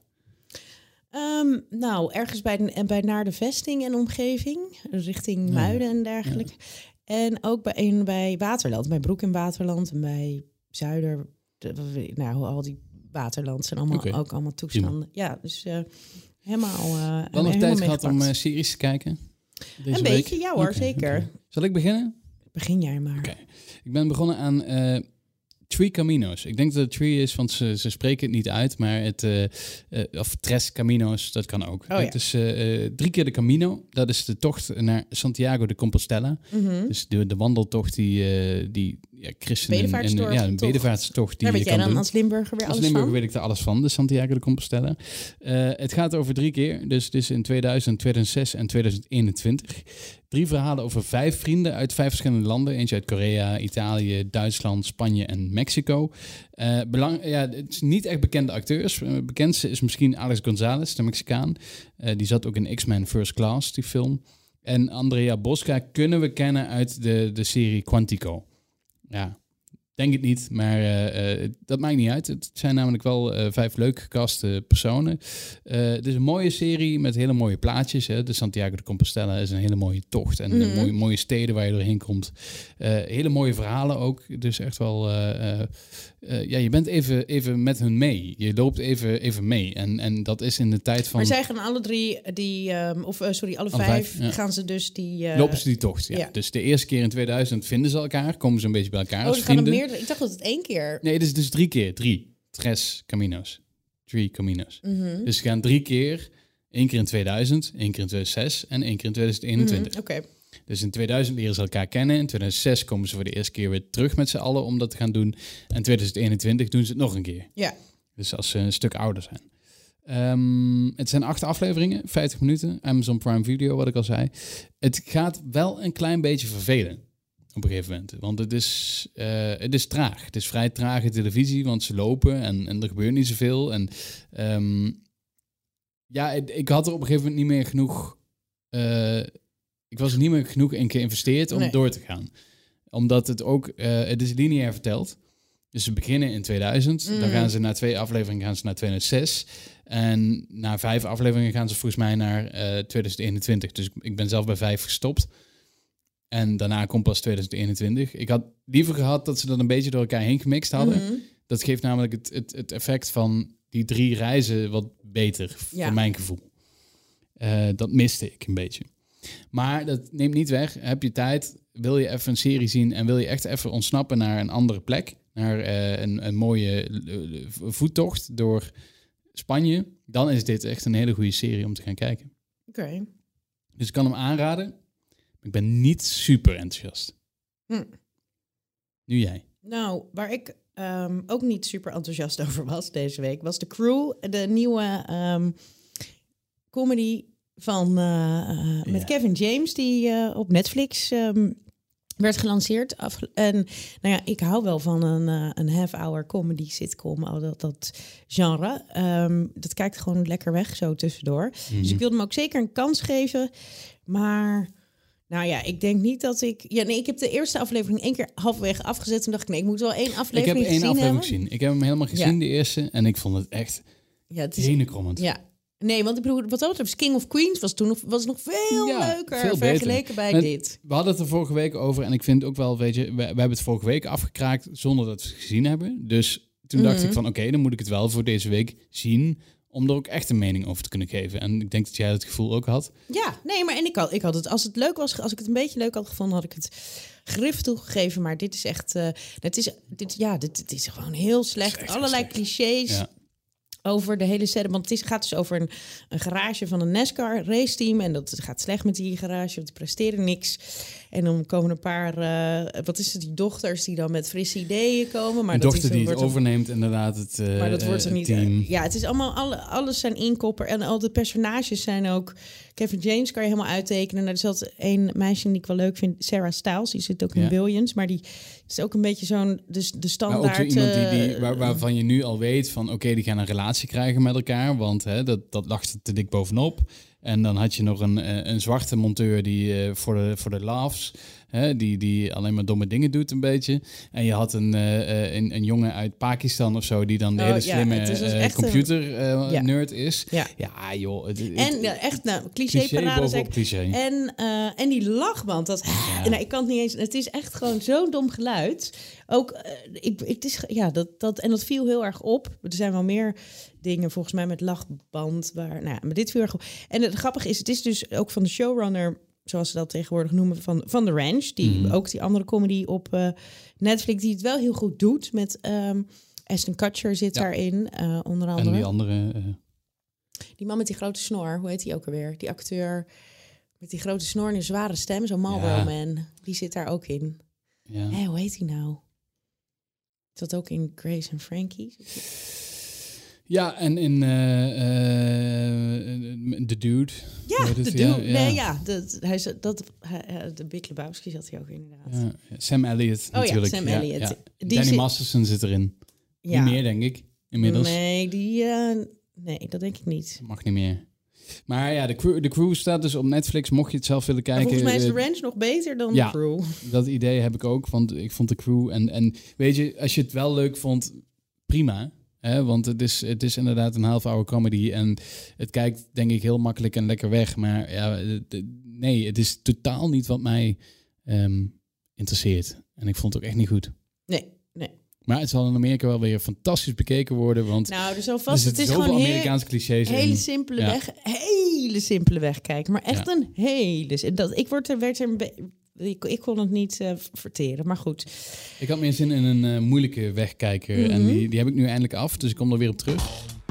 Um, nou, ergens bij, de, bij naar de vesting en omgeving, richting ja. Muiden en dergelijke. Ja. En ook bij, een, bij Waterland, bij Broek in Waterland en bij Zuider... De, nou, al die waterland zijn allemaal okay. ook allemaal toestanden. Ja, ja dus uh, helemaal. Uh, Wel nog tijd gehad om uh, series te kijken? Deze een week? beetje, ja hoor, okay, zeker. Okay. Zal ik beginnen? Begin jij maar. Okay. Ik ben begonnen aan uh, Three Caminos. Ik denk dat het Three is, want ze, ze spreken het niet uit, maar het uh, uh, of Tres Caminos, dat kan ook. Oh, het ja. is uh, uh, drie keer de Camino. Dat is de tocht naar Santiago de Compostela. Mm-hmm. Dus de, de wandeltocht die, uh, die ja, christenen. Bedevaartstocht. En, ja, een bedevaartstocht. Die Daar weet je jij kan dan doen. als Limburger weer Als alles Limburger van? weet ik er alles van, de Santiago de Compostela. Uh, het gaat over drie keer, dus het is in tweeduizend, tweeduizend zes en tweeduizend eenentwintig. Drie verhalen over vijf vrienden uit vijf verschillende landen. Eentje uit Korea, Italië, Duitsland, Spanje en Mexico. Uh, belang, ja, het is niet echt bekende acteurs. Uh, bekendste is misschien Alex Gonzalez, de Mexicaan. Uh, die zat ook in X-Men First Class, die film. En Andrea Bosca kunnen we kennen uit de, de serie Quantico. Ja, denk het niet, maar uh, uh, dat maakt niet uit. Het zijn namelijk wel uh, vijf leuk gecaste personen. Uh, het is een mooie serie met hele mooie plaatjes. Hè. De Santiago de Compostela is een hele mooie tocht. En mm-hmm. mooie, mooie steden waar je doorheen komt. Uh, hele mooie verhalen ook. Dus echt wel... Uh, uh, uh, ja, je bent even, even met hun mee. Je loopt even, even mee. En, en dat is in de tijd van... Maar zij gaan alle drie die... Um, of uh, sorry, alle, alle vijf, vijf ja. gaan ze dus die... Uh... Lopen ze die tocht, ja. ja. Dus de eerste keer in tweeduizend vinden ze elkaar. Komen ze een beetje bij elkaar oh, als vrienden. Meer, ik dacht dat het één keer... Nee, het is dus drie keer. Drie. Tres caminos. Drie caminos. Mm-hmm. Dus ze gaan drie keer. Één keer in tweeduizend, één keer in tweeduizend zes en één keer in tweeduizend eenentwintig. Mm-hmm. Oké. Okay. Dus in tweeduizend leren ze elkaar kennen. In tweeduizend zes komen ze voor de eerste keer weer terug met z'n allen om dat te gaan doen. En tweeduizend eenentwintig doen ze het nog een keer. Ja. Dus als ze een stuk ouder zijn. Um, het zijn acht afleveringen, vijftig minuten. Amazon Prime Video, wat ik al zei. Het gaat wel een klein beetje vervelen. Op een gegeven moment. Want het is, uh, het is traag. Het is vrij trage televisie, want ze lopen en, en er gebeurt niet zoveel. En um, ja, ik, ik had er op een gegeven moment niet meer genoeg... Uh, ik was er niet meer genoeg in geïnvesteerd om nee. door te gaan. Omdat het ook... Uh, het is lineair verteld. Dus ze beginnen in tweeduizend. Mm. Dan gaan ze na twee afleveringen gaan ze naar tweeduizend zes. En na vijf afleveringen gaan ze volgens mij naar uh, tweeduizend eenentwintig. Dus ik ben zelf bij vijf gestopt. En daarna komt pas tweeduizend eenentwintig. Ik had liever gehad dat ze dat een beetje door elkaar heen gemixt hadden. Mm-hmm. Dat geeft namelijk het, het, het effect van die drie reizen wat beter, ja. voor mijn gevoel. Uh, dat miste ik een beetje. Maar dat neemt niet weg. Heb je tijd, wil je even een serie zien en wil je echt even ontsnappen naar een andere plek, naar uh, een, een mooie uh, voettocht door Spanje, dan is dit echt een hele goede serie om te gaan kijken. Oké. Okay. Dus ik kan hem aanraden. Ik ben niet super enthousiast. Hm. Nu jij. Nou, waar ik um, ook niet super enthousiast over was deze week, was The Crew, de nieuwe um, comedy van uh, uh, met ja. Kevin James, die uh, op Netflix um, werd gelanceerd. Af, en nou ja, ik hou wel van een, uh, een half-hour comedy sitcom, al dat, dat genre. Um, dat kijkt gewoon lekker weg, zo tussendoor. Mm-hmm. Dus ik wilde hem ook zeker een kans geven. Maar... Nou ja, ik denk niet dat ik... Ja, nee, ik heb de eerste aflevering één keer halverwege afgezet. En dacht ik, nee, ik moet wel één aflevering gezien hebben. Ik heb één aflevering hebben. gezien. Ik heb hem helemaal gezien, ja. de eerste. En ik vond het echt ja, het is, henekrommend. Ja. Nee, want ik bedoel, wat dat betreft, King of Queens was toen nog, was nog veel ja, leuker veel vergeleken bij Met, dit. We hadden het er vorige week over. En ik vind ook wel, weet je, we, we hebben het vorige week afgekraakt zonder dat we het gezien hebben. Dus toen mm-hmm. dacht ik van, oké, okay, dan moet ik het wel voor deze week zien, om er ook echt een mening over te kunnen geven. En ik denk dat jij dat gevoel ook had. Ja, nee, maar en ik had, ik had het, als het leuk was, als ik het een beetje leuk had gevonden, had ik het grif toegegeven. Maar dit is echt, uh, het is, dit, ja, dit, dit is gewoon heel slecht. Allerlei slecht. clichés. Ja. Over de hele set. Want het is, gaat dus over een, een garage van een NASCAR raceteam. En dat gaat slecht met die garage, want die presteren niks. En dan komen een paar, uh, wat is het, die dochters die dan met frisse ideeën komen. Maar een dat dochter is, die het overneemt inderdaad het uh, Maar dat wordt er niet. team. Uh, ja, het is allemaal, alle, alles zijn inkopper. En al de personages zijn ook... Kevin James kan je helemaal uittekenen. Nou, er zat een meisje die ik wel leuk vind, Sarah Stiles. Die zit ook in ja. Billions. Maar die is ook een beetje zo'n de, de standaard... Maar ook zo iemand die, die, waar, waarvan je nu al weet van... Oké, okay, die gaan een relatie krijgen met elkaar. Want hè, dat, dat lag er te dik bovenop. En dan had je nog een, een zwarte monteur die uh, voor de, voor de laughs... Hè, die, die alleen maar domme dingen doet een beetje. En je had een, uh, een, een jongen uit Pakistan of zo... die dan de oh, hele slimme ja, dus uh, computer uh, ja. nerd is. Ja, ja joh. Het, het, en ja, echt, nou, cliché-parade. Cliché cliché. En, uh, en die lachband. Dat, ja. nou, ik kan het niet eens... Het is echt gewoon zo'n dom geluid. Ook, uh, ik, het is, ja, dat, dat, en dat viel heel erg op. Er zijn wel meer dingen volgens mij met lachband. Waar, nou ja, maar dit viel erg op. En het grappige is, het is dus ook van de showrunner... zoals ze dat tegenwoordig noemen, van, van The Ranch. Die mm-hmm. ook die andere comedy op uh, Netflix... die het wel heel goed doet. Met um, Ashton Kutcher zit ja. daarin, uh, onder andere. En die andere... Uh... Die man met die grote snor, hoe heet die ook alweer? Die acteur met die grote snor en een zware stem, zo'n Marlboro ja. Man. Die zit daar ook in. Ja. Hey, hoe heet hij nou? dat ook in Grace and Frankie? Ja, en in uh, uh, The Dude. Ja, The Dude. Ja, nee, ja. ja dat, hij, dat, hij, de Big Lebowski zat hij ook inderdaad. Ja, Sam Elliott oh, natuurlijk. Ja, Sam ja, Elliott. Ja. Die Danny zit... Masterson zit erin. Ja. Niet meer, denk ik, inmiddels. Nee, die, uh, nee, dat denk ik niet. Mag niet meer. Maar ja, de crew, de crew staat dus op Netflix. Mocht je het zelf willen kijken. Maar volgens mij is de uh, ranch nog beter dan ja, de crew. Dat idee heb ik ook, want ik vond de crew... En, en weet je, als je het wel leuk vond, prima. Hè? Want het is, het is inderdaad een half-hour comedy. En het kijkt, denk ik, heel makkelijk en lekker weg. Maar ja, de, de, nee, het is totaal niet wat mij um, interesseert. En ik vond het ook echt niet goed. Nee, nee. Maar het zal in Amerika wel weer fantastisch bekeken worden. Want nou, er, zal vast, er het is zoveel gewoon Amerikaanse clichés hele in. simpele ja. weg, hele simpele weg kijken. Maar echt ja. een hele... Dat, ik word er, werd er een be- ik, ik kon het niet uh, verteren, maar goed. Ik had meer zin in een uh, moeilijke wegkijker. Mm-hmm. En die, die heb ik nu eindelijk af, dus ik kom er weer op terug.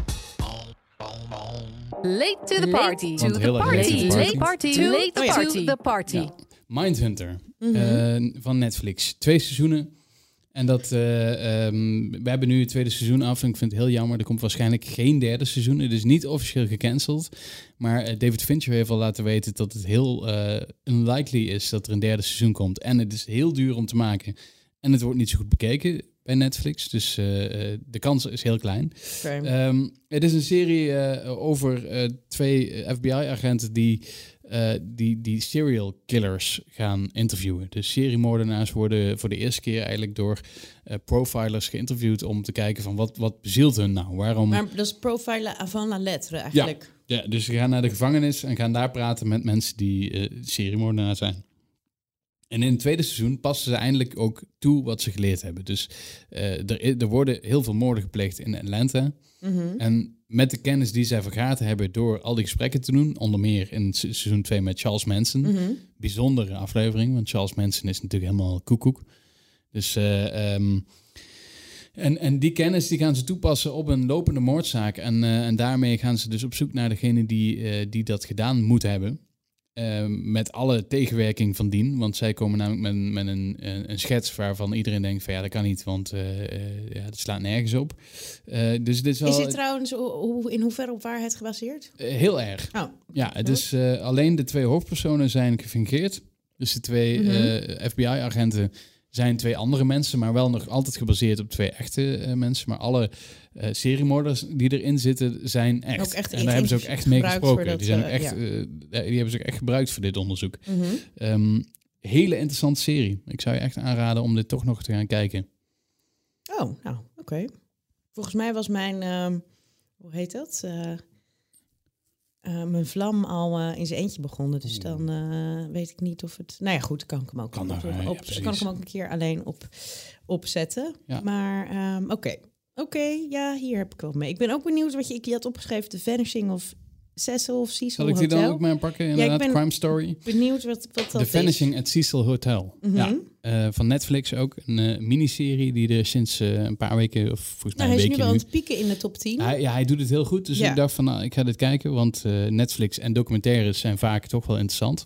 Late to the party. To the party. Late party. To late to the party. Ja. Mindhunter mm-hmm. uh, van Netflix. Twee seizoenen. En dat, uh, um, we hebben nu het tweede seizoen af en ik vind het heel jammer. Er komt waarschijnlijk geen derde seizoen. Het is niet officieel gecanceld. Maar uh, David Fincher heeft al laten weten dat het heel uh, unlikely is dat er een derde seizoen komt. En het is heel duur om te maken. En het wordt niet zo goed bekeken bij Netflix. Dus uh, de kans is heel klein. Okay. Um, het is een serie uh, over uh, twee F B I-agenten die... Uh, die, die serial killers gaan interviewen. Dus seriemoordenaars worden voor de eerste keer eigenlijk door uh, profilers geïnterviewd om te kijken van wat, wat bezielt hun nou? Waarom... Maar dat is profilen avant la lettre eigenlijk. Ja, ja, dus ze gaan naar de gevangenis en gaan daar praten met mensen die uh, seriemoordenaar zijn. En in het tweede seizoen passen ze eindelijk ook toe wat ze geleerd hebben. Dus uh, er, er worden heel veel moorden gepleegd in Atlanta. Mm-hmm. En met de kennis die zij vergaard hebben door al die gesprekken te doen, onder meer in seizoen twee met Charles Manson. Mm-hmm. Bijzondere aflevering, want Charles Manson is natuurlijk helemaal koekoek. Dus, uh, um, en, en die kennis die gaan ze toepassen op een lopende moordzaak. En, uh, en daarmee gaan ze dus op zoek naar degene die, uh, die dat gedaan moet hebben. Uh, met alle tegenwerking van dien. Want zij komen namelijk met, met een, een schets waarvan iedereen denkt van ja, dat kan niet, want uh, uh, ja, dat slaat nergens op. Uh, dus dit is, wel, is dit trouwens hoe, in hoeverre op waarheid gebaseerd? Uh, heel erg. Oh. Ja, het is uh, alleen de twee hoofdpersonen zijn gefingeerd. Dus de twee mm-hmm. uh, F B I-agenten zijn twee andere mensen, maar wel nog altijd gebaseerd op twee echte uh, mensen. Maar alle uh, seriemoorders die erin zitten zijn echt. Ook echt en daar hebben ze ook echt mee gesproken. Dat, die, zijn ook uh, echt, ja. uh, die hebben ze ook echt gebruikt voor dit onderzoek. Mm-hmm. Um, hele interessante serie. Ik zou je echt aanraden om dit toch nog te gaan kijken. Oh, nou, oké. Okay. Volgens mij was mijn, uh, hoe heet dat? Uh, uh, mijn vlam al uh, in zijn eentje begonnen. Dus dan uh, weet ik niet of het... Nou ja, goed, kan ik hem ook, kan, op, er, op, ja, kan ik hem ook een keer alleen op, opzetten. Ja. Maar um, oké. Okay. Oké, okay, ja, hier heb ik wel mee. Ik ben ook benieuwd wat je, ik je had opgeschreven. The Vanishing of Cecil of Cecil Zal ik die Hotel. dan ook maar pakken? Inderdaad, ja, Crime Story. Benieuwd wat, wat dat The Vanishing is. at Cecil Hotel. Mm-hmm. Ja, uh, van Netflix ook. Een uh, miniserie die er sinds uh, een paar weken, of volgens mij nou, een weekje weekje nu. Hij is nu... nu wel aan het pieken in de top tien. Hij, ja, hij doet het heel goed. Dus ja. ik dacht van, nou, ik ga dit kijken. Want uh, Netflix en documentaires zijn vaak toch wel interessant.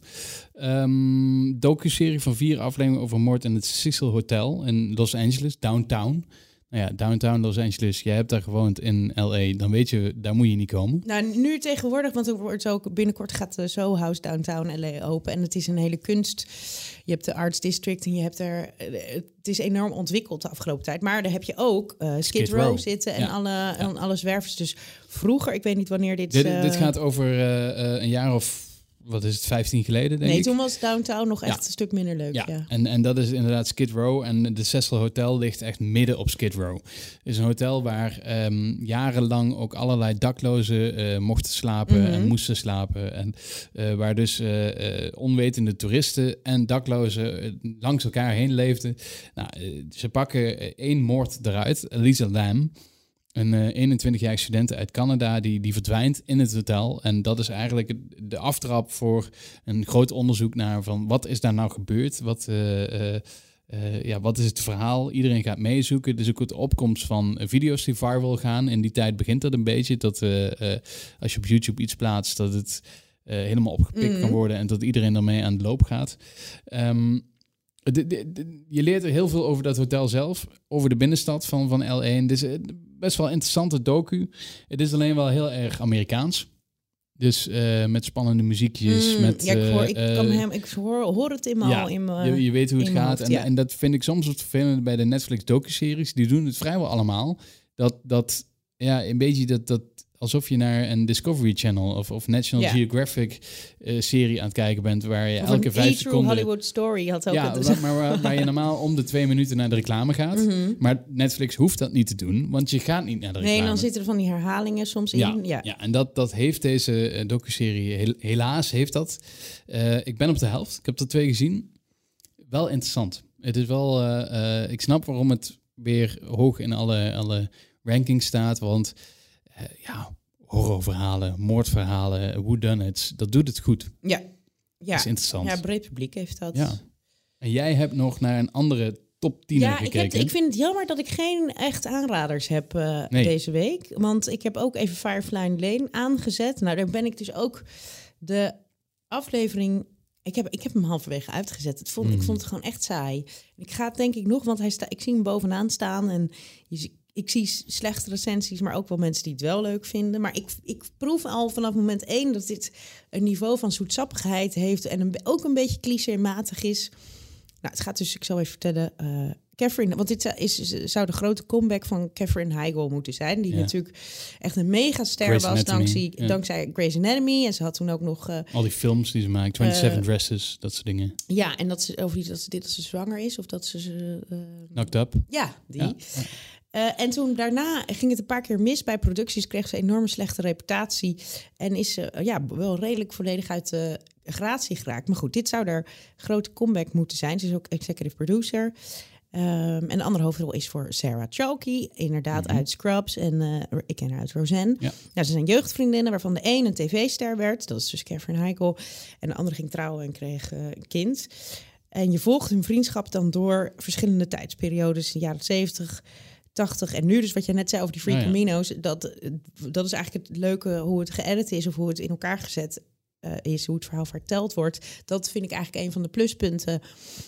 Um, docuserie van vier afleveringen over een moord in het Cecil Hotel in Los Angeles, downtown. Nou ja, downtown Los Angeles, jij hebt daar gewoond in L A, dan weet je, daar moet je niet komen. Nou, nu tegenwoordig, want er wordt ook binnenkort gaat de Soho House downtown L A open. En het is een hele kunst. Je hebt de Arts District en je hebt er... Het is enorm ontwikkeld de afgelopen tijd. Maar daar heb je ook uh, Skid, Skid Row, Row zitten en, ja. alle, ja. en alle zwervers. Dus vroeger, ik weet niet wanneer dit... Dit, uh, dit gaat over uh, een jaar of... Wat is het, vijftien geleden, denk nee, ik? Nee, toen was downtown nog echt ja. een stuk minder leuk. Ja, ja. En, en dat is inderdaad Skid Row. En de Cecil Hotel ligt echt midden op Skid Row. Het is een hotel waar um, jarenlang ook allerlei daklozen uh, mochten slapen mm-hmm. en moesten slapen. En uh, waar dus uh, uh, onwetende toeristen en daklozen uh, langs elkaar heen leefden. Nou, uh, ze pakken uh, één moord eruit, Elisa Lam. Een uh, eenentwintigjarige student uit Canada die, die verdwijnt in het hotel. En dat is eigenlijk de aftrap voor een groot onderzoek naar van wat is daar nou gebeurd? Wat, uh, uh, uh, ja, wat is het verhaal? Iedereen gaat meezoeken. Dus ook de opkomst van video's die viral gaan. In die tijd begint dat een beetje. Dat uh, uh, als je op YouTube iets plaatst, dat het uh, helemaal opgepikt mm. kan worden. En dat iedereen daarmee aan de loop gaat. Um, De, de, de, je leert er heel veel over dat hotel zelf, over de binnenstad van, van L A. Het is best wel een interessante docu. Het is alleen wel heel erg Amerikaans. Dus uh, met spannende muziekjes. Mm, met, ja, ik, hoor, ik, uh, kan hem, ik hoor, hoor het in mijn ja, in mijn, je, je weet hoe het gaat. hoofd, en, ja. en dat vind ik soms wat vervelend bij de Netflix docuseries. Die doen het vrijwel allemaal. Dat, dat ja, een beetje dat... dat alsof je naar een Discovery Channel of, of National ja. Geographic uh, serie aan het kijken bent, waar je of elke een vijf seconden... Hollywood Story had ook ja, het. waar, maar waar, waar je normaal om de twee minuten naar de reclame gaat. Mm-hmm. Maar Netflix hoeft dat niet te doen, want je gaat niet naar de reclame. Nee, dan zitten er van die herhalingen soms ja, in. Ja, ja en dat, dat heeft deze uh, docuserie, heel, helaas heeft dat. Uh, ik ben op de helft, ik heb er twee gezien. Wel interessant. Het is wel, uh, uh, ik snap waarom het weer hoog in alle, alle rankings staat, want uh, ja... horrorverhalen, moordverhalen, whodunits, dat doet het goed. Ja, ja. Dat is interessant. Ja, breed publiek heeft dat. Ja. En jij hebt nog naar een andere top tien ja, gekeken. Ik, heb, ik vind het jammer dat ik geen echt aanraders heb uh, nee. deze week. Want ik heb ook even Firefly Lane aangezet. Nou, daar ben ik dus ook de aflevering... Ik heb, ik heb hem halverwege uitgezet. Het vond, mm. Ik vond het gewoon echt saai. Ik ga het denk ik nog, want hij sta, ik zie hem bovenaan staan en je ziet... Ik zie slechte recensies, maar ook wel mensen die het wel leuk vinden. Maar ik, ik proef al vanaf moment één dat dit een niveau van zoetsappigheid heeft... en een, ook een beetje clichématig is. Nou, het gaat dus, ik zal even vertellen... Uh, Catherine, want dit is, zou de grote comeback van Catherine Heigl moeten zijn... die ja. natuurlijk echt een megaster Grey's was dankzij, ja. dankzij Grey's Anatomy. En ze had toen ook nog... Uh, al die films die ze maakt, twenty-seven uh, Dresses, dat soort dingen. Ja, en dat ze, over die, dat ze dit dat ze zwanger is of dat ze... Uh, Knocked Up. Ja, die... Ja. Ja. Uh, en toen daarna ging het een paar keer mis bij producties, kreeg ze een enorme slechte reputatie en is ze uh, ja, wel redelijk volledig uit de gratie geraakt. Maar goed, dit zou haar grote comeback moeten zijn. Ze is ook executive producer. Um, en de andere hoofdrol is voor Sarah Chalke, inderdaad mm-hmm. uit Scrubs en uh, ik ken haar uit Roseanne. Ja. Nou, ze zijn jeugdvriendinnen waarvan de een een tv-ster werd, dat is dus Catherine Heigl, en de andere ging trouwen en kreeg uh, een kind. En je volgt hun vriendschap dan door verschillende tijdsperiodes in de jaren zeventig, tachtig en nu. Dus wat je net zei over die Free oh, ja. Camino's, dat, dat is eigenlijk het leuke hoe het geëdit is of hoe het in elkaar gezet uh, is, hoe het verhaal verteld wordt. Dat vind ik eigenlijk een van de pluspunten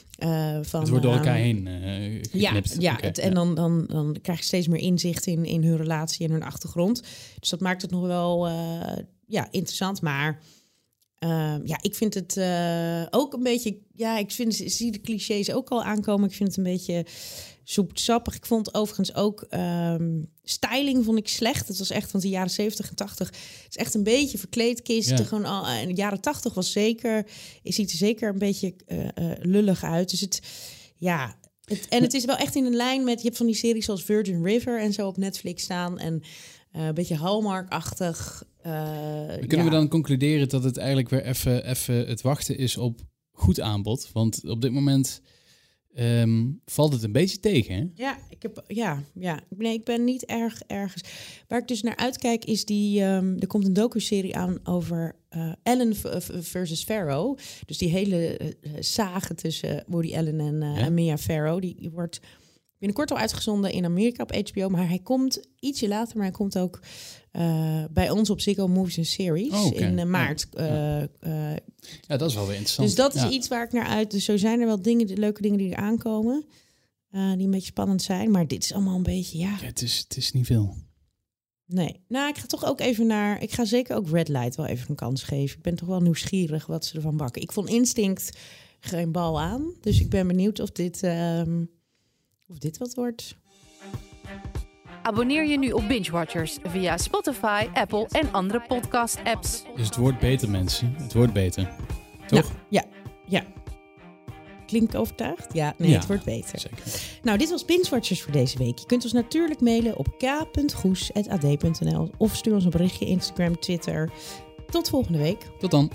uh, van... Het wordt door elkaar uh, heen uh, geknipt. Ja, ja okay, het, en dan, dan, dan krijg je steeds meer inzicht in, in hun relatie en hun achtergrond. Dus dat maakt het nog wel uh, ja, interessant, maar... Uh, ja, ik vind het uh, ook een beetje... Ja, ik vind, ik zie de clichés ook al aankomen. Ik vind het een beetje zoetsappig. Ik vond overigens ook... Um, styling vond ik slecht. Het was echt van de jaren zeventig en tachtig. Het is echt een beetje verkleedkist. Ja. Gewoon al, in de jaren tachtig was zeker... Je ziet er zeker een beetje uh, uh, lullig uit. Dus het... Ja... Het, en het is wel echt in een lijn met... Je hebt van die series zoals Virgin River en zo op Netflix staan. En uh, een beetje Hallmark-achtig... Uh, kunnen ja. we dan concluderen dat het eigenlijk weer even, even het wachten is op goed aanbod? Want op dit moment um, valt het een beetje tegen, hè? Ja, ik heb, ja, ja. Nee, ik ben niet erg ergens. Waar ik dus naar uitkijk is die... Um, er komt een docuserie aan over uh, Ellen versus Farrow. Dus die hele uh, sage tussen Woody Allen en, uh, ja? en Mia Farrow. Die, die wordt binnenkort al uitgezonden in Amerika op H B O. Maar hij komt ietsje later, maar hij komt ook... Uh, bij ons op Ziggo Movies en Series oh, okay. in uh, maart. Ja. Uh, uh, ja, dat is wel weer interessant. Dus dat is ja. iets waar ik naar uit... Dus zo zijn er wel dingen, de leuke dingen die er aankomen... Uh, die een beetje spannend zijn. Maar dit is allemaal een beetje, ja... ja het, is, het is niet veel. Nee. Nou, ik ga toch ook even naar... Ik ga zeker ook Red Light wel even een kans geven. Ik ben toch wel nieuwsgierig wat ze ervan bakken. Ik vond Instinct geen bal aan. Dus ik ben benieuwd of dit, um, of dit wat wordt... Abonneer je nu op Binge Watchers via Spotify, Apple en andere podcast-apps. Dus het wordt beter, mensen. Het wordt beter. Toch? Ja, ja. ja. Klinkt overtuigd? Ja, nee, ja, het wordt beter. Zeker. Nou, dit was Binge Watchers voor deze week. Je kunt ons natuurlijk mailen op k punt goes apenstaartje a d punt n l of stuur ons een berichtje Instagram, Twitter. Tot volgende week. Tot dan.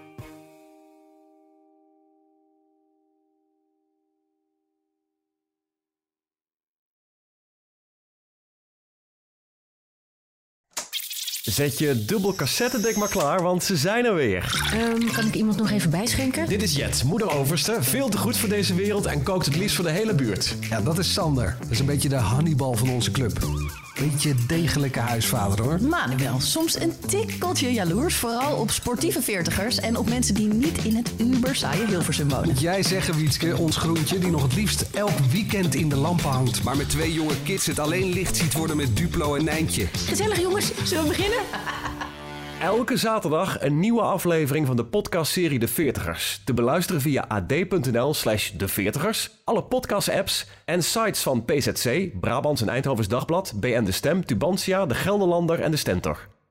Zet je dubbel cassettedek maar klaar, want ze zijn er weer. Um, kan ik iemand nog even bijschenken? Dit is Jet, moeder overste, veel te goed voor deze wereld en kookt het liefst voor de hele buurt. Ja, dat is Sander. Dat is een beetje de Hannibal van onze club. Beetje degelijke huisvader, hoor. Manuel, soms een tikkeltje jaloers. Vooral op sportieve veertigers en op mensen die niet in het uber saaie Hilversum wonen. Jij zegt, Wietske, ons groentje, die nog het liefst elk weekend in de lampen hangt. Maar met twee jonge kids het alleen licht ziet worden met Duplo en Nijntje. Gezellig jongens, zullen we beginnen? Elke zaterdag een nieuwe aflevering van de podcastserie De Veertigers. Te beluisteren via ad.nl slash De Veertigers, alle podcast-apps en sites van P Z C, Brabants en Eindhovens Dagblad, B N De Stem, Tubantia, De Gelderlander en De Stentor.